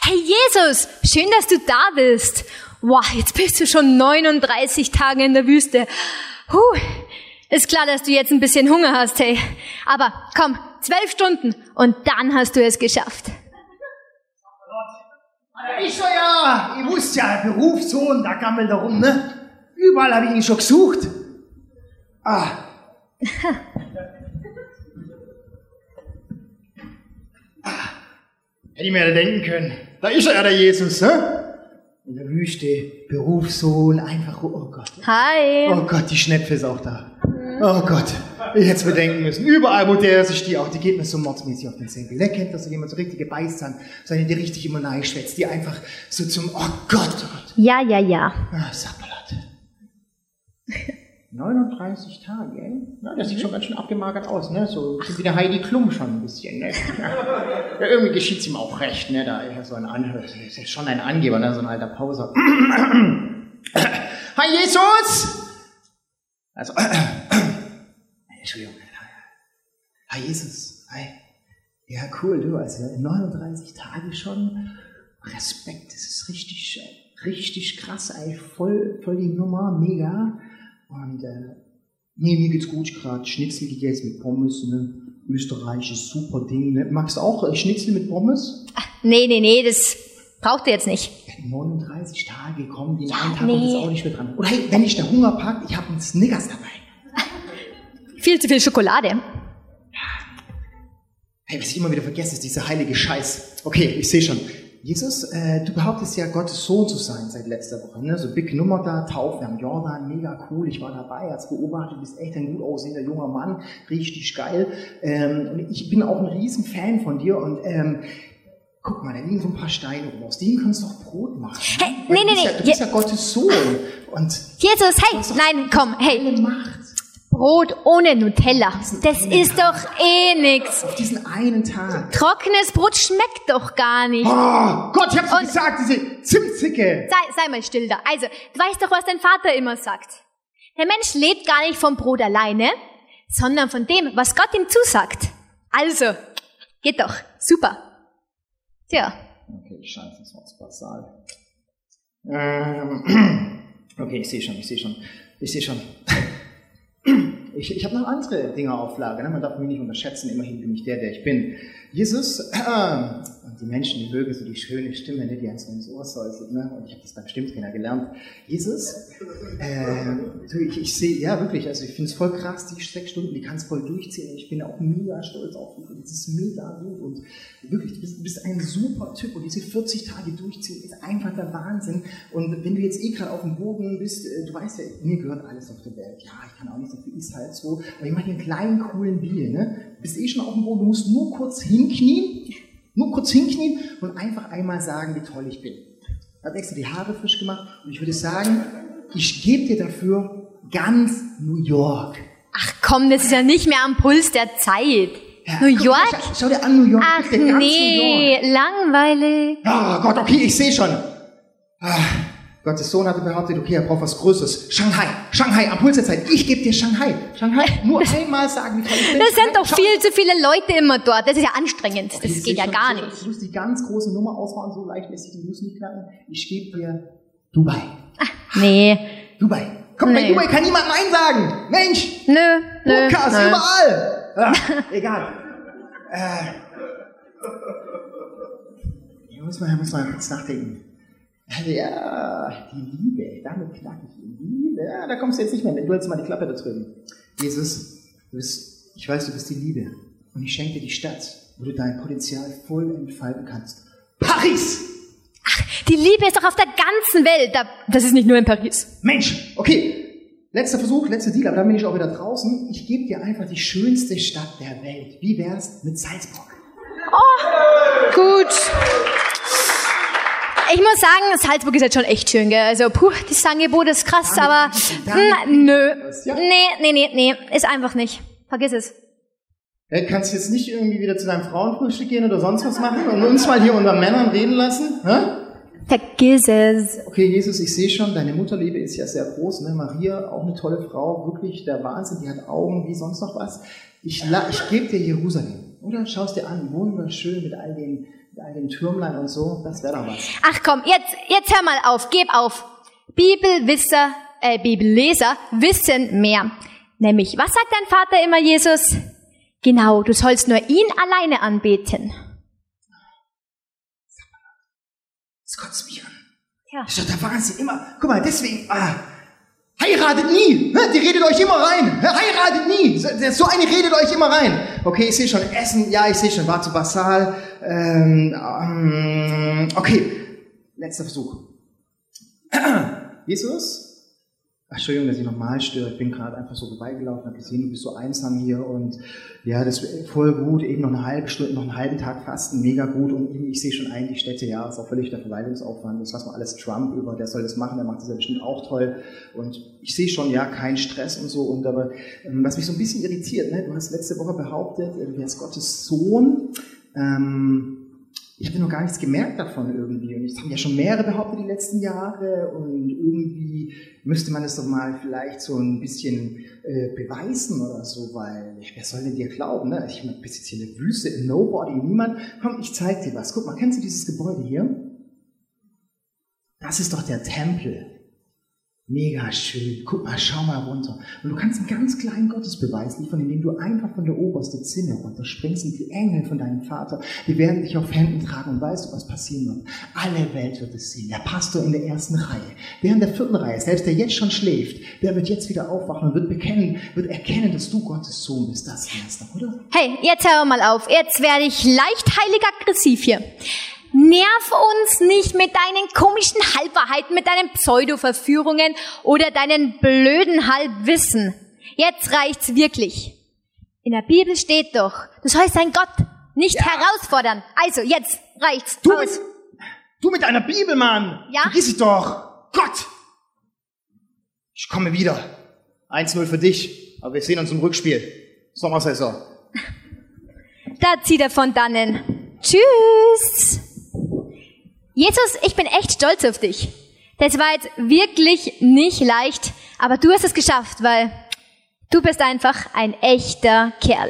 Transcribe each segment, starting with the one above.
Hey Jesus, schön, dass du da bist. Wow, jetzt bist du schon 39 Tage in der Wüste. Ist klar, dass du jetzt ein bisschen Hunger hast, hey. Aber komm, 12 Stunden und dann hast du es geschafft. Ich wusste ja, Berufssohn, da gammelt er rum, ne? Überall habe ich ihn schon gesucht. Hätte ich mir ja denken können. Da ist er ja, der Jesus, ne? In der Wüste, Berufssohn, einfach, oh Gott. Hi. Oh Gott, die Schnepfe ist auch da. Oh Gott, ich hätte es bedenken müssen. Überall, wo der sich die geht mir so mordsmäßig auf den Senkel. Der kennt das, so jemand so richtige Beißzahn, so eine, die richtig immer nahe schwätzt, die einfach so zum, oh Gott, oh Gott. Ja. Sapperlat. 39 Tage, ey? Ja, das sieht schon ganz schön abgemagert aus, ne? So wie der Heidi Klum schon ein bisschen, ne? Ja, irgendwie geschieht's ihm auch recht, ne? Da ist so ein Anhörer, das ist schon ein Angeber, ne? So ein alter Pauser. Hi, Jesus! Also, Entschuldigung. Hi, Jesus. Hi. Ja, cool, du, also 39 Tage schon. Respekt, das ist richtig krass, ey. Voll die Nummer, mega. Und, mir geht's gut, ich gerade Schnitzel gegessen mit Pommes, ne? Österreichisches super Ding, ne? Magst du auch Schnitzel mit Pommes? Nee, das braucht ihr jetzt nicht. 39 Tage, komm, den einen Tag kommt jetzt auch nicht mehr dran. Oder hey, wenn ich der Hunger packt, ich habe einen Snickers dabei. Viel zu viel Schokolade. Hey, was ich immer wieder vergesse, ist dieser heilige Scheiß. Okay, ich sehe schon. Jesus, du behauptest ja, Gottes Sohn zu sein seit letzter Woche. Ne? So big Nummer da, Taufe am Jordan, mega cool. Ich war dabei, als beobachtet, du bist echt ein gut aussehender junger Mann. Richtig geil. Und ich bin auch ein riesen Fan von dir. Und guck mal, da liegen so ein paar Steine rum. Aus denen kannst du doch Brot machen. Hey, Du bist ja Gottes Sohn. Und Jesus, hey, nein, komm, hey. Macht. Brot ohne Nutella. Das ist doch eh nix. Auf diesen einen Tag. Trockenes Brot schmeckt doch gar nicht. Oh Gott, ich hab's dir gesagt, diese Zimtzicke. Sei mal still da. Also, du weißt doch, was dein Vater immer sagt. Der Mensch lebt gar nicht vom Brot alleine, sondern von dem, was Gott ihm zusagt. Also, geht doch. Super. Tja. Okay, scheiße, das war zu basal. Okay, ich sehe schon. Ich habe noch andere Dinge auf Lager. Ne? Man darf mich nicht unterschätzen. Immerhin bin ich der ich bin. Jesus, und die Menschen, die mögen so die schöne Stimme, ne, die einem so ins Ohr säuselt. Ne? Und ich habe das beim Stimmtrainer gelernt. Jesus, ich sehe, ja wirklich, also ich finde es voll krass, die 6 Stunden, die kannst voll durchziehen. Ich bin auch mega stolz auf dich. Das ist mega gut. Und wirklich, du bist ein super Typ. Und diese 40 Tage durchziehen ist einfach der Wahnsinn. Und wenn du jetzt gerade auf dem Boden bist, du weißt ja, mir gehört alles auf der Welt. Ja, ich kann auch nicht dafür, ist halt so. Aber ich mache hier einen kleinen, coolen Deal. Ne? Du bist schon auf dem Boden, du musst nur kurz hinknien und einfach einmal sagen, wie toll ich bin. Ich habe extra die Haare frisch gemacht und ich würde sagen, ich gebe dir dafür ganz New York. Ach komm, das ist ja nicht mehr am Puls der Zeit. Ja, New York? Schau dir an, New York. Ach nee, langweilig. Oh Gott, okay, ich sehe schon. Gottes Sohn hatte behauptet, okay, er braucht was Größeres. Shanghai, am Puls der Zeit. Ich gebe dir Shanghai, nur einmal sagen, wie toll ich bin. Das sind doch viel zu viele Leute immer dort. Das ist ja anstrengend. Okay, das geht ja gar nicht. Du musst die ganz große Nummer ausmachen, so leicht lässt sich die Nuss nicht knacken. Ich gebe dir Dubai. Nee. Dubai. Komm, bei Dubai kann niemand Nein sagen. Mensch. Nö. Lukas, überall. Egal. Ich muss mal kurz nachdenken. Ja, die Liebe, damit knack ich ihn. Liebe, ja, da kommst du jetzt nicht mehr mit. Du hältst mal die Klappe da drüben. Jesus, ich weiß, du bist die Liebe. Und ich schenke dir die Stadt, wo du dein Potenzial voll entfalten kannst. Paris! Ach, die Liebe ist doch auf der ganzen Welt. Das ist nicht nur in Paris. Mensch, okay. Letzter Versuch, letzter Deal, aber dann bin ich auch wieder draußen. Ich gebe dir einfach die schönste Stadt der Welt. Wie wär's mit Salzburg? Oh, gut. Ich muss sagen, Salzburg ist jetzt schon echt schön, gell? Also, das Angebot ist krass, aber nö. Nee, ist einfach nicht. Vergiss es. Kannst du jetzt nicht irgendwie wieder zu deinem Frauenfrühstück gehen oder sonst was machen und uns mal hier unter Männern reden lassen? Hä? Vergiss es. Okay, Jesus, ich sehe schon, deine Mutterliebe ist ja sehr groß, ne? Maria, auch eine tolle Frau, wirklich der Wahnsinn, die hat Augen wie sonst noch was. Ich gebe dir Jerusalem, oder? Schau es dir an, wunderschön mit all den mit all den Türmlein und so, das wäre doch was. Ach komm, jetzt hör mal auf, gib auf. Bibelleser wissen mehr. Nämlich, was sagt dein Vater immer, Jesus? Genau, du sollst nur ihn alleine anbeten. Das kotzt mich an. Ja. Das ist doch der Wahnsinn. Immer, guck mal, deswegen, heiratet nie. Die redet euch immer rein. Heiratet nie. So eine redet euch immer rein. Okay, ich sehe schon Essen. Ja, ich sehe schon, war zu basal. Okay, letzter Versuch. Jesus? Ach, Entschuldigung, dass ich nochmal störe. Ich bin gerade einfach so vorbeigelaufen, habe gesehen, du bist so einsam hier und ja, das ist voll gut. Eben noch eine halbe Stunde, noch einen halben Tag fasten, mega gut. Und ich sehe schon ein, die Städte, ja, ist auch völlig der Verwaltungsaufwand. Das lassen wir alles Trump über, der soll das machen, der macht das ja bestimmt auch toll. Und ich sehe schon, ja, kein Stress und so. Und aber was mich so ein bisschen irritiert, ne, du hast letzte Woche behauptet, du wärst Gottes Sohn. Ich habe noch gar nichts gemerkt davon irgendwie. Und das haben ja schon mehrere behauptet die letzten Jahre. Und irgendwie müsste man das doch mal vielleicht so ein bisschen beweisen oder so, weil wer soll denn dir glauben? Ne? Ich meine, bist jetzt hier in der Wüste, in Nobody, niemand. Komm, ich zeig dir was. Guck mal, kennst du dieses Gebäude hier? Das ist doch der Tempel. Mega schön. Guck mal, schau mal runter. Und du kannst einen ganz kleinen Gottesbeweis liefern, indem du einfach von der obersten Zinne runterspringst und die Engel von deinem Vater, die werden dich auf Händen tragen und weißt du, was passieren wird? Alle Welt wird es sehen. Der Pastor in der ersten Reihe, der in der 4. Reihe, selbst der jetzt schon schläft, der wird jetzt wieder aufwachen und wird erkennen, dass du Gottes Sohn bist. Das wär's doch, oder? Hey, jetzt hör mal auf. Jetzt werde ich leicht heilig aggressiv hier. Nerv uns nicht mit deinen komischen Halbwahrheiten, mit deinen Pseudo-Verführungen oder deinen blöden Halbwissen. Jetzt reicht's wirklich. In der Bibel steht doch, du sollst deinen Gott nicht herausfordern. Also, jetzt reicht's. Du mit deiner Bibel, Mann! Ja? Vergiss es doch! Gott! Ich komme wieder. 1-0 für dich, aber wir sehen uns im Rückspiel. Sommersaison. Da zieht er von dannen. Tschüss! Jesus, ich bin echt stolz auf dich. Das war jetzt wirklich nicht leicht, aber du hast es geschafft, weil du bist einfach ein echter Kerl.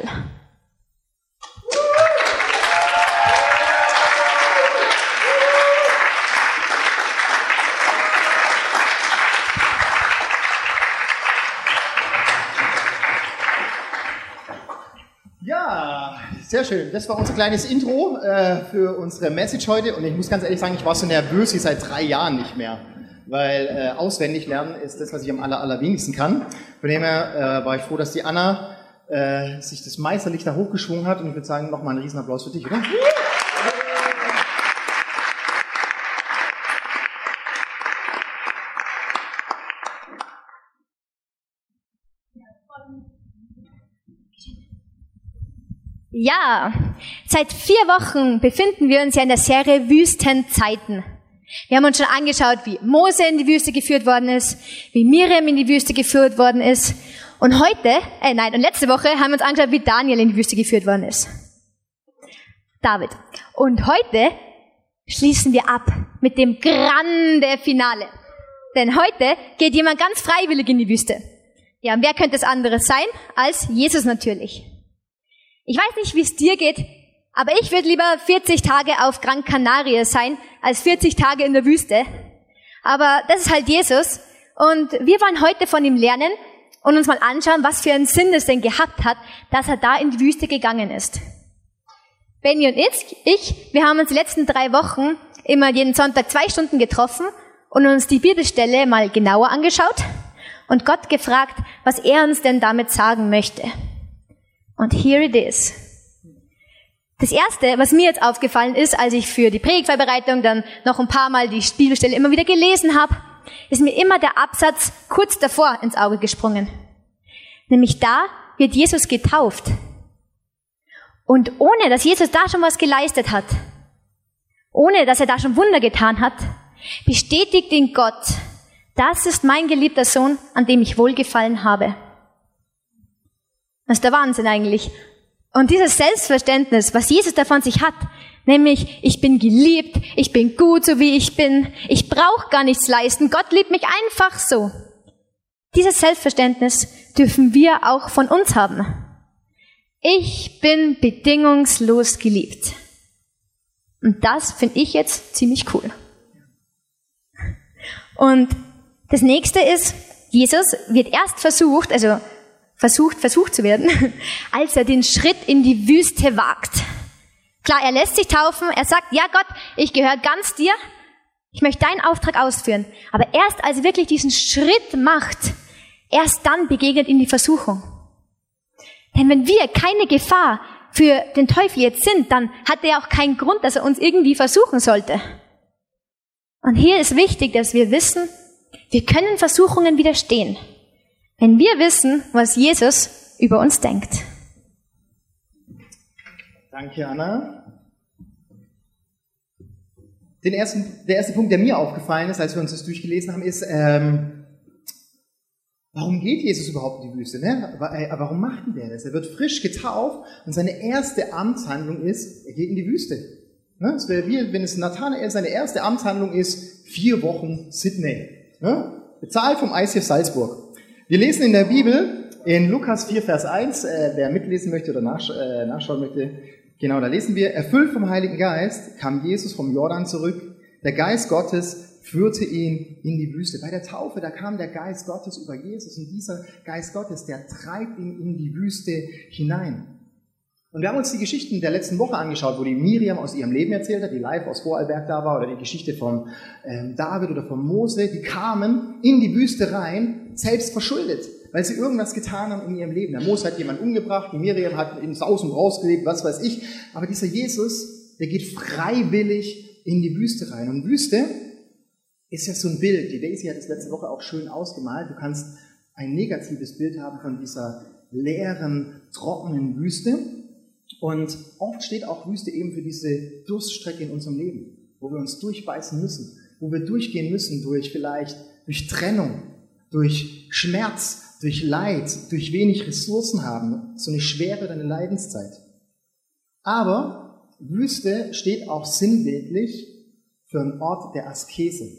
Ja, sehr schön. Das war unser kleines Intro für unsere Message heute. Und ich muss ganz ehrlich sagen, ich war so nervös wie seit 3 Jahren nicht mehr. Weil auswendig lernen ist das, was ich am allerwenigsten kann. Von dem her war ich froh, dass die Anna sich das meisterlich da hochgeschwungen hat. Und ich würde sagen, nochmal einen Riesenapplaus für dich, oder? Ja, seit 4 Wochen befinden wir uns ja in der Serie Wüstenzeiten. Wir haben uns schon angeschaut, wie Mose in die Wüste geführt worden ist, wie Miriam in die Wüste geführt worden ist. Und letzte Woche haben wir uns angeschaut, wie Daniel in die Wüste geführt worden ist. David. Und heute schließen wir ab mit dem grande Finale. Denn heute geht jemand ganz freiwillig in die Wüste. Ja, und wer könnte es anderes sein als Jesus natürlich. Ich weiß nicht, wie es dir geht, aber ich würde lieber 40 Tage auf Gran Canaria sein, als 40 Tage in der Wüste. Aber das ist halt Jesus. Und wir wollen heute von ihm lernen und uns mal anschauen, was für einen Sinn es denn gehabt hat, dass er da in die Wüste gegangen ist. Benny und wir haben uns die letzten 3 Wochen immer jeden Sonntag 2 Stunden getroffen und uns die Bibelstelle mal genauer angeschaut und Gott gefragt, was er uns denn damit sagen möchte. Und here it is. Das Erste, was mir jetzt aufgefallen ist, als ich für die Predigtvorbereitung dann noch ein paar Mal die Bibelstelle immer wieder gelesen habe, ist mir immer der Absatz kurz davor ins Auge gesprungen. Nämlich da wird Jesus getauft. Und ohne, dass Jesus da schon was geleistet hat, ohne, dass er da schon Wunder getan hat, bestätigt ihn Gott, das ist mein geliebter Sohn, an dem ich Wohlgefallen habe. Das ist der Wahnsinn eigentlich. Und dieses Selbstverständnis, was Jesus da von sich hat, nämlich ich bin geliebt, ich bin gut, so wie ich bin, ich brauche gar nichts leisten, Gott liebt mich einfach so. Dieses Selbstverständnis dürfen wir auch von uns haben. Ich bin bedingungslos geliebt. Und das finde ich jetzt ziemlich cool. Und das nächste ist, Jesus wird erst versucht zu werden, als er den Schritt in die Wüste wagt. Klar, er lässt sich taufen, er sagt, ja Gott, ich gehöre ganz dir, ich möchte deinen Auftrag ausführen. Aber erst als er wirklich diesen Schritt macht, erst dann begegnet ihm die Versuchung. Denn wenn wir keine Gefahr für den Teufel jetzt sind, dann hat er auch keinen Grund, dass er uns irgendwie versuchen sollte. Und hier ist wichtig, dass wir wissen, wir können Versuchungen widerstehen, wenn wir wissen, was Jesus über uns denkt. Danke, Anna. Der erste Punkt, der mir aufgefallen ist, als wir uns das durchgelesen haben, ist, warum geht Jesus überhaupt in die Wüste? Ne? Warum macht denn der das? Er wird frisch getauft und seine erste Amtshandlung ist, er geht in die Wüste. Ne? Es wäre wie, wenn es Nathanael seine erste Amtshandlung ist, 4 Wochen Sydney. Ne? Bezahlt vom ICF Salzburg. Wir lesen in der Bibel, in Lukas 4, Vers 1, wer mitlesen möchte oder nachschauen möchte, genau, da lesen wir, erfüllt vom Heiligen Geist kam Jesus vom Jordan zurück. Der Geist Gottes führte ihn in die Wüste. Bei der Taufe, da kam der Geist Gottes über Jesus und dieser Geist Gottes, der treibt ihn in die Wüste hinein. Und wir haben uns die Geschichten der letzten Woche angeschaut, wo die Miriam aus ihrem Leben erzählt hat, die live aus Vorarlberg da war, oder die Geschichte von David oder von Mose. Die kamen in die Wüste rein, selbst verschuldet, weil sie irgendwas getan haben in ihrem Leben. Der Mose hat jemanden umgebracht, die Miriam hat ins Haus und raus gelebt, was weiß ich. Aber dieser Jesus, der geht freiwillig in die Wüste rein. Und Wüste ist ja so ein Bild. Die Daisy hat es letzte Woche auch schön ausgemalt. Du kannst ein negatives Bild haben von dieser leeren, trockenen Wüste. Und oft steht auch Wüste eben für diese Durststrecke in unserem Leben, wo wir uns durchbeißen müssen, wo wir durchgehen müssen durch Trennung, durch Schmerz, durch Leid, durch wenig Ressourcen haben, so eine Schwere oder eine Leidenszeit. Aber Wüste steht auch sinnbildlich für einen Ort der Askese.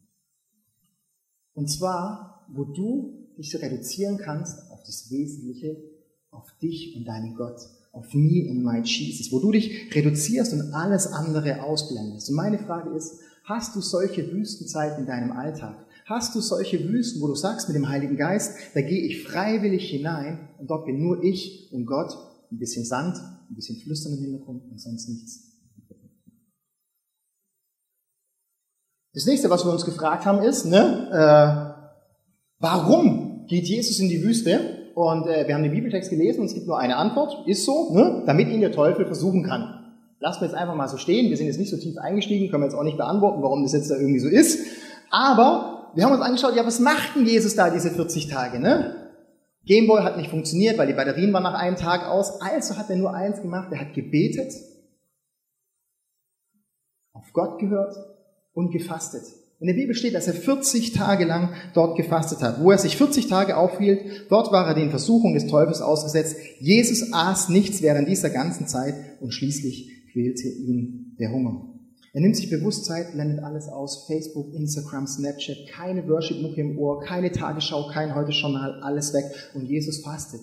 Und zwar, wo du dich reduzieren kannst auf das Wesentliche, auf dich und deinen Gott, auf me and my Jesus, wo du dich reduzierst und alles andere ausblendest. Und meine Frage ist, hast du solche Wüstenzeiten in deinem Alltag? Hast du solche Wüsten, wo du sagst mit dem Heiligen Geist, da gehe ich freiwillig hinein und dort bin nur ich und Gott, ein bisschen Sand, ein bisschen Flüstern im Hintergrund und sonst nichts. Das nächste, was wir uns gefragt haben, ist, warum geht Jesus in die Wüste? Und wir haben den Bibeltext gelesen und es gibt nur eine Antwort, ist so, damit ihn der Teufel versuchen kann. Lassen wir jetzt einfach mal so stehen, wir sind jetzt nicht so tief eingestiegen, können wir jetzt auch nicht beantworten, warum das jetzt da irgendwie so ist. Aber wir haben uns angeschaut, ja, was macht denn Jesus da diese 40 Tage, ne? Gameboy hat nicht funktioniert, weil die Batterien waren nach einem Tag aus. Also hat er nur eins gemacht, er hat gebetet, auf Gott gehört und gefastet. In der Bibel steht, dass er 40 Tage lang dort gefastet hat. Wo er sich 40 Tage aufhielt, dort war er den Versuchungen des Teufels ausgesetzt. Jesus aß nichts während dieser ganzen Zeit und schließlich quälte ihn der Hunger. Er nimmt sich bewusst Zeit, blendet alles aus, Facebook, Instagram, Snapchat, keine Worship-Mucke im Ohr, keine Tagesschau, kein Heute-Journal, alles weg und Jesus fastet.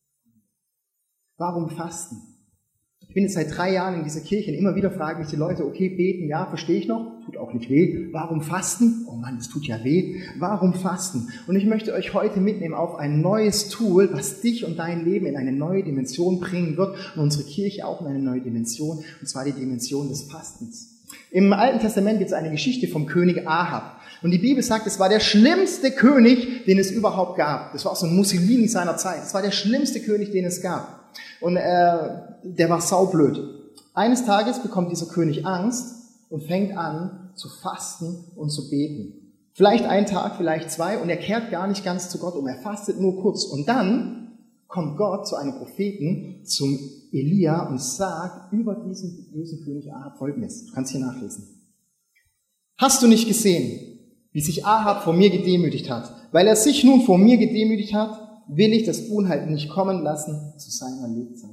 Warum fasten? Ich bin jetzt seit 3 Jahren in dieser Kirche und immer wieder fragen mich die Leute, okay, beten, ja, verstehe ich noch, tut auch nicht weh. Warum fasten? Oh Mann, das tut ja weh. Warum fasten? Und ich möchte euch heute mitnehmen auf ein neues Tool, was dich und dein Leben in eine neue Dimension bringen wird und unsere Kirche auch in eine neue Dimension, und zwar die Dimension des Fastens. Im Alten Testament gibt es eine Geschichte vom König Ahab. Und die Bibel sagt, es war der schlimmste König, den es überhaupt gab. Das war auch so ein Mussolini seiner Zeit. Es war der schlimmste König, den es gab. Und der war saublöd. Eines Tages bekommt dieser König Angst und fängt an zu fasten und zu beten. Vielleicht 1 Tag, vielleicht 2 und er kehrt gar nicht ganz zu Gott um. Er fastet nur kurz. Und dann kommt Gott zu einem Propheten, zum Elia und sagt über diesen bösen König Ahab Folgendes. Du kannst hier nachlesen. Hast du nicht gesehen, wie sich Ahab vor mir gedemütigt hat? Weil er sich nun vor mir gedemütigt hat, will ich das Unheil nicht kommen lassen zu seiner Lebzeit.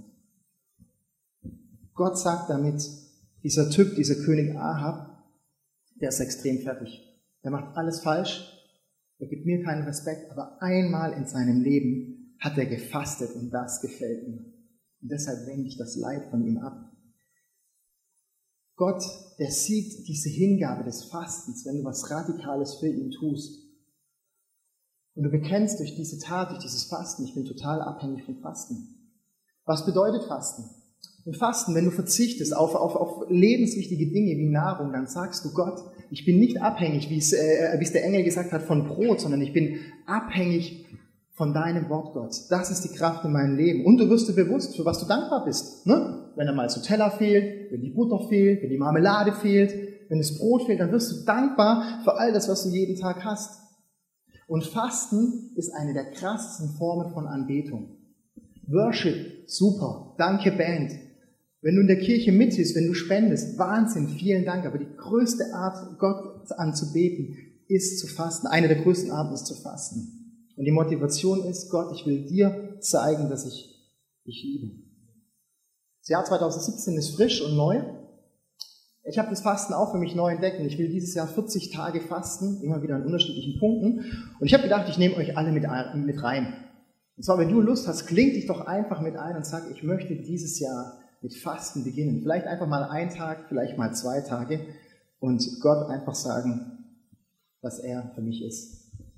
Gott sagt damit, dieser Typ, dieser König Ahab, der ist extrem fertig. Der macht alles falsch, er gibt mir keinen Respekt, aber einmal in seinem Leben hat er gefastet und das gefällt ihm. Und deshalb wende ich das Leid von ihm ab. Gott, der sieht diese Hingabe des Fastens, wenn du was Radikales für ihn tust. Und du bekennst durch diese Tat, durch dieses Fasten, ich bin total abhängig vom Fasten. Was bedeutet Fasten? Und Fasten, wenn du verzichtest auf lebenswichtige Dinge wie Nahrung, dann sagst du Gott, ich bin nicht abhängig, wie es der Engel gesagt hat, von Brot, sondern ich bin abhängig von deinem Wort, Gott. Das ist die Kraft in meinem Leben. Und du wirst dir bewusst, für was du dankbar bist. Ne? Wenn einmal so Teller fehlt, wenn die Butter fehlt, wenn die Marmelade fehlt, wenn das Brot fehlt, dann wirst du dankbar für all das, was du jeden Tag hast. Und Fasten ist eine der krassesten Formen von Anbetung. Worship, super, danke Band. Wenn du in der Kirche mithilfst, wenn du spendest, Wahnsinn, vielen Dank. Aber die größte Art, Gott anzubeten, ist zu fasten. Eine der größten Arten ist zu fasten. Und die Motivation ist, Gott, ich will dir zeigen, dass ich dich liebe. Das Jahr 2017 ist frisch und neu. Ich habe das Fasten auch für mich neu entdeckt. Und ich will dieses Jahr 40 Tage fasten, immer wieder an unterschiedlichen Punkten. Und ich habe gedacht, ich nehme euch alle mit rein. Und zwar, wenn du Lust hast, kling dich doch einfach mit ein und sag, ich möchte dieses Jahr mit Fasten beginnen. Vielleicht einfach mal 1 Tag, vielleicht mal 2 Tage. Und Gott einfach sagen, was er für mich ist.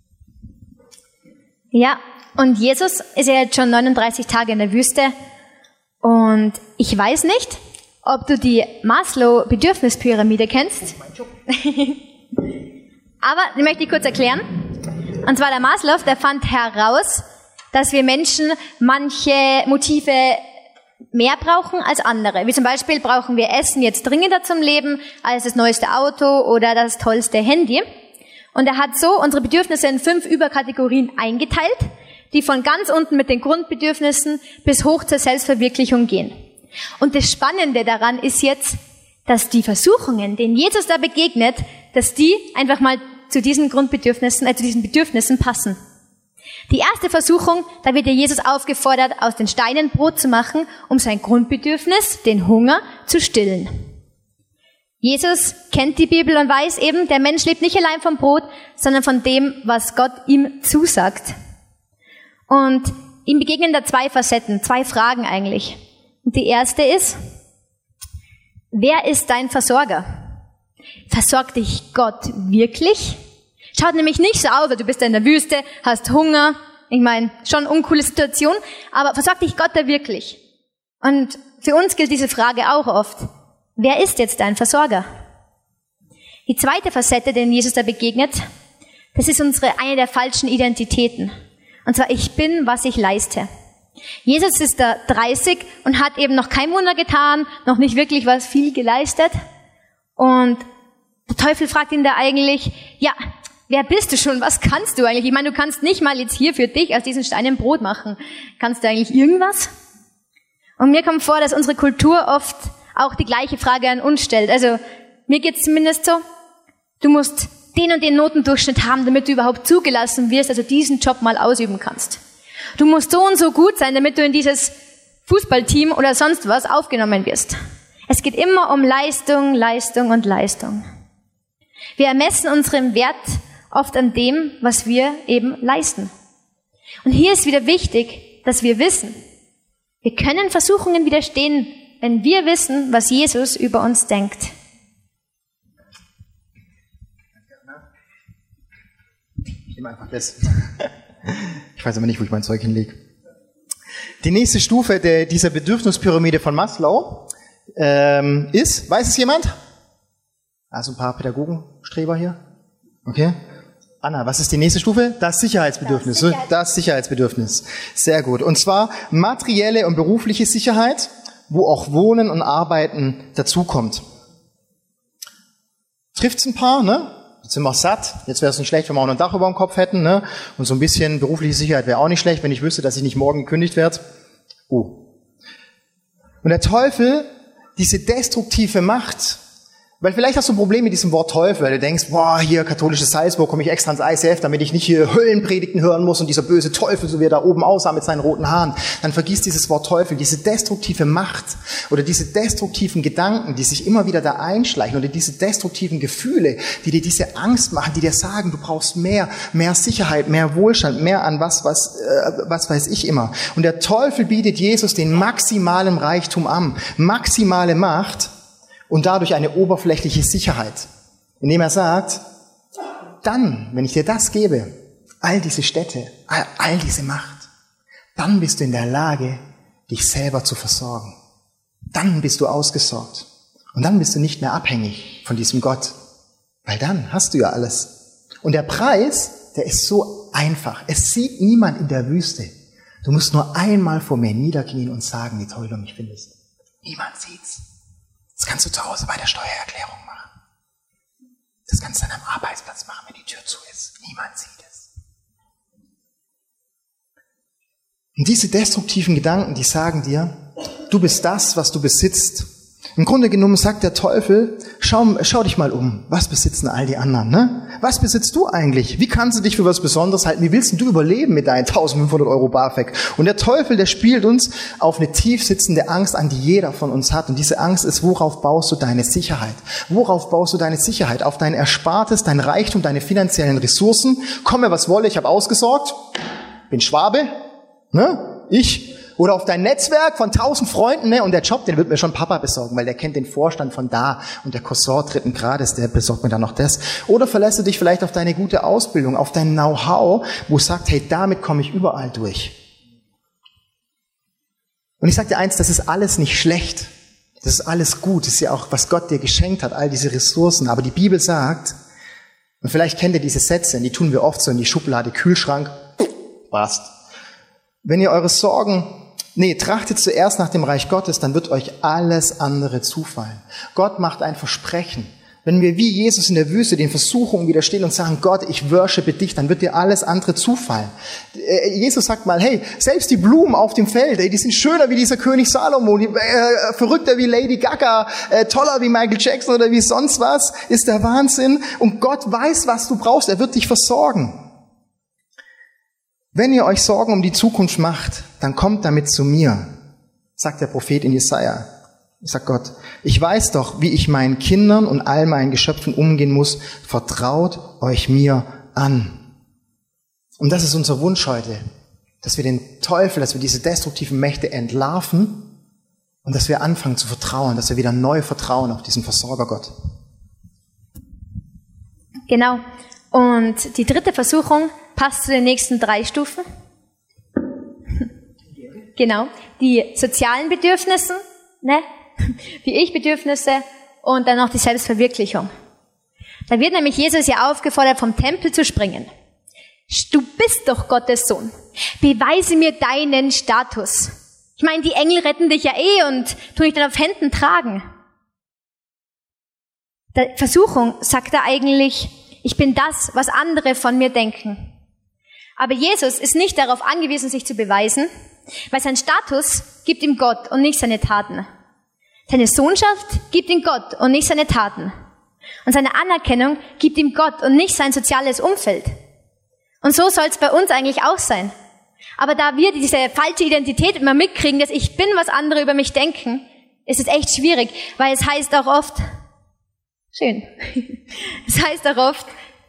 Ja, und Jesus ist ja jetzt schon 39 Tage in der Wüste. Und ich weiß nicht, ob du die Maslow-Bedürfnispyramide kennst. Aber die möchte ich kurz erklären. Und zwar der Maslow, der fand heraus, dass wir Menschen manche Motive mehr brauchen als andere. Wie zum Beispiel brauchen wir Essen jetzt dringender zum Leben als das neueste Auto oder das tollste Handy. Und er hat so unsere Bedürfnisse in 5 Überkategorien eingeteilt, die von ganz unten mit den Grundbedürfnissen bis hoch zur Selbstverwirklichung gehen. Und das Spannende daran ist jetzt, dass die Versuchungen, denen Jesus da begegnet, dass die einfach mal zu diesen Grundbedürfnissen, zu diesen Bedürfnissen passen. Die erste Versuchung, da wird ja Jesus aufgefordert, aus den Steinen Brot zu machen, um sein Grundbedürfnis, den Hunger, zu stillen. Jesus kennt die Bibel und weiß eben, der Mensch lebt nicht allein vom Brot, sondern von dem, was Gott ihm zusagt. Und ihm begegnen da 2 Facetten, 2 Fragen eigentlich. Und die erste ist, wer ist dein Versorger? Versorgt dich Gott wirklich? Schaut nämlich nicht so aus, du bist da in der Wüste, hast Hunger. Ich meine, schon eine uncoole Situation, aber versorgt dich Gott da wirklich? Und für uns gilt diese Frage auch oft. Wer ist jetzt dein Versorger? Die zweite Facette, denen Jesus da begegnet, das ist eine der falschen Identitäten. Und zwar, ich bin, was ich leiste. Jesus ist da 30 und hat eben noch kein Wunder getan, noch nicht wirklich was viel geleistet. Und der Teufel fragt ihn da eigentlich, ja, wer bist du schon? Was kannst du eigentlich? Ich meine, du kannst nicht mal jetzt hier für dich aus diesen Steinen Brot machen. Kannst du eigentlich irgendwas? Und mir kommt vor, dass unsere Kultur oft auch die gleiche Frage an uns stellt. Also mir geht's zumindest so, du musst den und den Notendurchschnitt haben, damit du überhaupt zugelassen wirst, also diesen Job mal ausüben kannst. Du musst so und so gut sein, damit du in dieses Fußballteam oder sonst was aufgenommen wirst. Es geht immer um Leistung, Leistung und Leistung. Wir ermessen unseren Wert oft an dem, was wir eben leisten. Und hier ist wieder wichtig, dass wir wissen, wir können Versuchungen widerstehen, wenn wir wissen, was Jesus über uns denkt. Ich nehme einfach das. Ich weiß aber nicht, wo ich mein Zeug hinlege. Die nächste Stufe dieser Bedürfnispyramide von Maslow ist, weiß es jemand? Also ein paar Pädagogenstreber hier. Okay. Anna, was ist die nächste Stufe? Das Sicherheitsbedürfnis. Das Sicherheitsbedürfnis. Sehr gut. Und zwar materielle und berufliche Sicherheit, wo auch Wohnen und Arbeiten dazukommt. Trifft's ein paar, ne? Jetzt sind wir satt. Jetzt wäre es nicht schlecht, wenn wir auch noch ein Dach über dem Kopf hätten, ne? Und so ein bisschen berufliche Sicherheit wäre auch nicht schlecht, wenn ich wüsste, dass ich nicht morgen gekündigt werde. Und der Teufel, diese destruktive Macht, weil vielleicht hast du ein Problem mit diesem Wort Teufel, weil du denkst, boah, hier katholisches Salzburg, komme ich extra ins ICF, damit ich nicht hier Höllenpredigten hören muss und dieser böse Teufel, so wie er da oben aussah mit seinen roten Haaren. Dann vergiss dieses Wort Teufel, diese destruktive Macht oder diese destruktiven Gedanken, die sich immer wieder da einschleichen oder diese destruktiven Gefühle, die dir diese Angst machen, die dir sagen, du brauchst mehr Sicherheit, mehr Wohlstand, mehr an was weiß ich immer. Und der Teufel bietet Jesus den maximalen Reichtum an, maximale Macht. und dadurch eine oberflächliche Sicherheit, indem er sagt, dann, wenn ich dir das gebe, all diese Städte, all diese Macht, dann bist du in der Lage, dich selber zu versorgen. Dann bist du ausgesorgt. Und dann bist du nicht mehr abhängig von diesem Gott. Weil dann hast du ja alles. Und der Preis, der ist so einfach. Es sieht niemand in der Wüste. Du musst nur einmal vor mir niederknien und sagen, wie toll du mich findest. Niemand sieht's. Das kannst du zu Hause bei der Steuererklärung machen. Das kannst du an deinem Arbeitsplatz machen, wenn die Tür zu ist. Niemand sieht es. Und diese destruktiven Gedanken, die sagen dir, du bist das, was du besitzt. Im Grunde genommen sagt der Teufel, schau dich mal um, was besitzen all die anderen, ne? Was besitzt du eigentlich? Wie kannst du dich für was Besonderes halten? Wie willst du überleben mit deinen 1500 Euro BAföG? Und der Teufel, der spielt uns auf eine tief sitzende Angst an, die jeder von uns hat. Und diese Angst ist, worauf baust du deine Sicherheit? Worauf baust du deine Sicherheit? Auf dein Erspartes, dein Reichtum, deine finanziellen Ressourcen? Komme, was wolle, ich habe ausgesorgt, bin Schwabe, ne? Oder auf dein Netzwerk von 1000 Freunden, ne? Und der Job, den wird mir schon Papa besorgen, weil der kennt den Vorstand von da und der Cousin 3. Grades, der besorgt mir dann noch das. Oder verlässt du dich vielleicht auf deine gute Ausbildung, auf dein Know-how, wo du sagst, hey, damit komme ich überall durch. Und ich sage dir eins, das ist alles nicht schlecht. Das ist alles gut. Das ist ja auch, was Gott dir geschenkt hat, all diese Ressourcen. Aber die Bibel sagt, und vielleicht kennt ihr diese Sätze, die tun wir oft so in die Schublade Kühlschrank, passt. Wenn ihr eure Sorgen trachtet zuerst nach dem Reich Gottes, dann wird euch alles andere zufallen. Gott macht ein Versprechen. Wenn wir wie Jesus in der Wüste den Versuchungen widerstehen und sagen, Gott, ich worshipe dich, dann wird dir alles andere zufallen. Jesus sagt mal, hey, selbst die Blumen auf dem Feld, die sind schöner wie dieser König Salomo, verrückter wie Lady Gaga, toller wie Michael Jackson oder wie sonst was, ist der Wahnsinn. Und Gott weiß, was du brauchst, er wird dich versorgen. Wenn ihr euch Sorgen um die Zukunft macht, dann kommt damit zu mir, sagt der Prophet in Jesaja. Sagt Gott, ich weiß doch, wie ich meinen Kindern und all meinen Geschöpfen umgehen muss. Vertraut euch mir an. Und das ist unser Wunsch heute, dass wir den Teufel, dass wir diese destruktiven Mächte entlarven und dass wir anfangen zu vertrauen, dass wir wieder neu vertrauen auf diesen Versorgergott. Genau. Und die dritte Versuchung passt zu den nächsten 3 Stufen. Genau. Die sozialen Bedürfnisse, ne? Die Ich-Bedürfnisse und dann noch die Selbstverwirklichung. Da wird nämlich Jesus ja aufgefordert, vom Tempel zu springen. Du bist doch Gottes Sohn. Beweise mir deinen Status. Ich meine, die Engel retten dich ja und tun dich dann auf Händen tragen. Der Versuchung sagt er eigentlich, ich bin das, was andere von mir denken. Aber Jesus ist nicht darauf angewiesen, sich zu beweisen, weil sein Status gibt ihm Gott und nicht seine Taten. Seine Sohnschaft gibt ihm Gott und nicht seine Taten. Und seine Anerkennung gibt ihm Gott und nicht sein soziales Umfeld. Und so soll es bei uns eigentlich auch sein. Aber da wir diese falsche Identität immer mitkriegen, dass ich bin, was andere über mich denken, ist es echt schwierig, weil es heißt auch oft, es heißt auch oft,